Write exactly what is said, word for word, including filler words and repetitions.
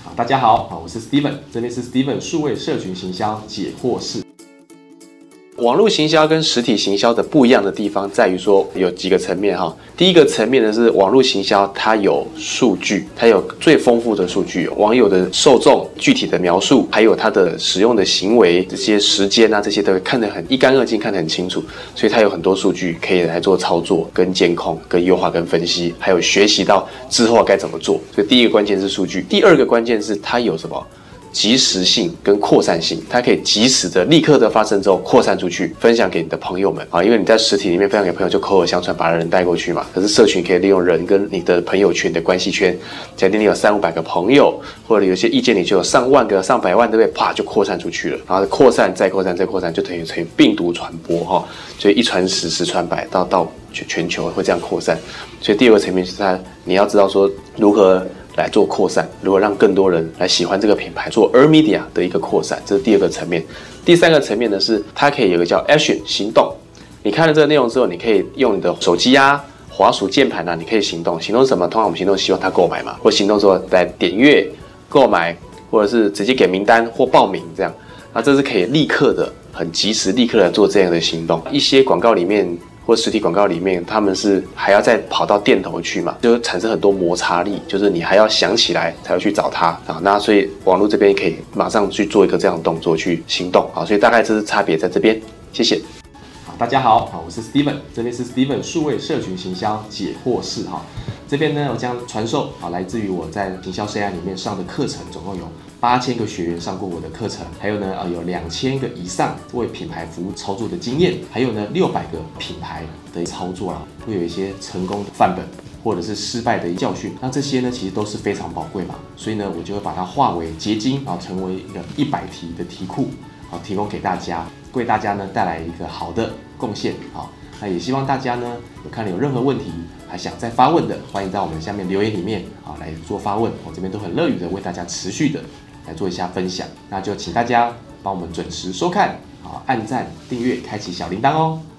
好，大家好，好，我是 Steven， 这边是 Steven 数位社群行销解惑室。 网络行销跟实体行销的不一样的地方在于说有几个层面哈。第一个层面呢是网络行销，它有数据，它有最丰富的数据，网友的受众具体的描述，还有它的使用的行为，这些时间啊，这些都看得很一干二净，看得很清楚，所以它有很多数据可以来做操作、跟监控、跟优化、跟分析，还有学习到之后该怎么做。所以第一个关键是数据，第二个关键是它有什么？及时性跟扩散性，它可以及时的、立刻的发生之后扩散出去，分享给你的朋友们啊。因为你在实体里面分享给朋友，就口耳相传，把人带过去嘛。可是社群可以利用人跟你的朋友圈的关系圈，假定你有三五百个朋友，或者有些意见你就有上万个、上百万，对不对？啪就扩散出去了，然后扩散再扩散再扩散，就等于成病毒传播哈。所以一传十，十传百，到到全球会这样扩散。所以第二个层面是它，你要知道说如何来做扩散，如果让更多人来喜欢这个品牌，做 earn media 的一个扩散，这是第二个层面。第三个层面呢是它可以有一个叫 action 行动。你看了这个内容之后，你可以用你的手机啊、滑鼠键盘啊，你可以行动。行动是什么？通常我们行动希望他购买嘛，或行动之后来点阅、购买，或者是直接给名单或报名这样。那这是可以立刻的、很及时、立刻的做这样的行动。一些广告里面，或实体广告里面，他们是还要再跑到店头去嘛，就产生很多摩擦力，就是你还要想起来才要去找他啊。那所以网络这边可以马上去做一个这样的动作去行动啊。所以大概这是差别在这边，谢谢。 好，大家好，好，我是 Steven， 这边是 Steven 数位社群行销解惑室哈。这边呢，我将传授啊，来自于我在行销生涯里面上的课程，总共有八千个学员上过我的课程，还有呢，呃，有两千个以上为品牌服务操作的经验，还有呢，六百个品牌的操作啦，会有一些成功的范本，或者是失败的教训。那这些呢，其实都是非常宝贵嘛，所以呢，我就会把它化为结晶啊，成为一个一百题的题库，好，提供给大家，为大家呢带来一个好的贡献啊。那也希望大家呢，有看了有任何问题，还想再发问的，欢迎在我们下面留言里面啊来做发问，我这边都很乐于的为大家持续的来做一下分享。那就请大家帮我们准时收看，啊，按赞、订阅、开启小铃铛哦。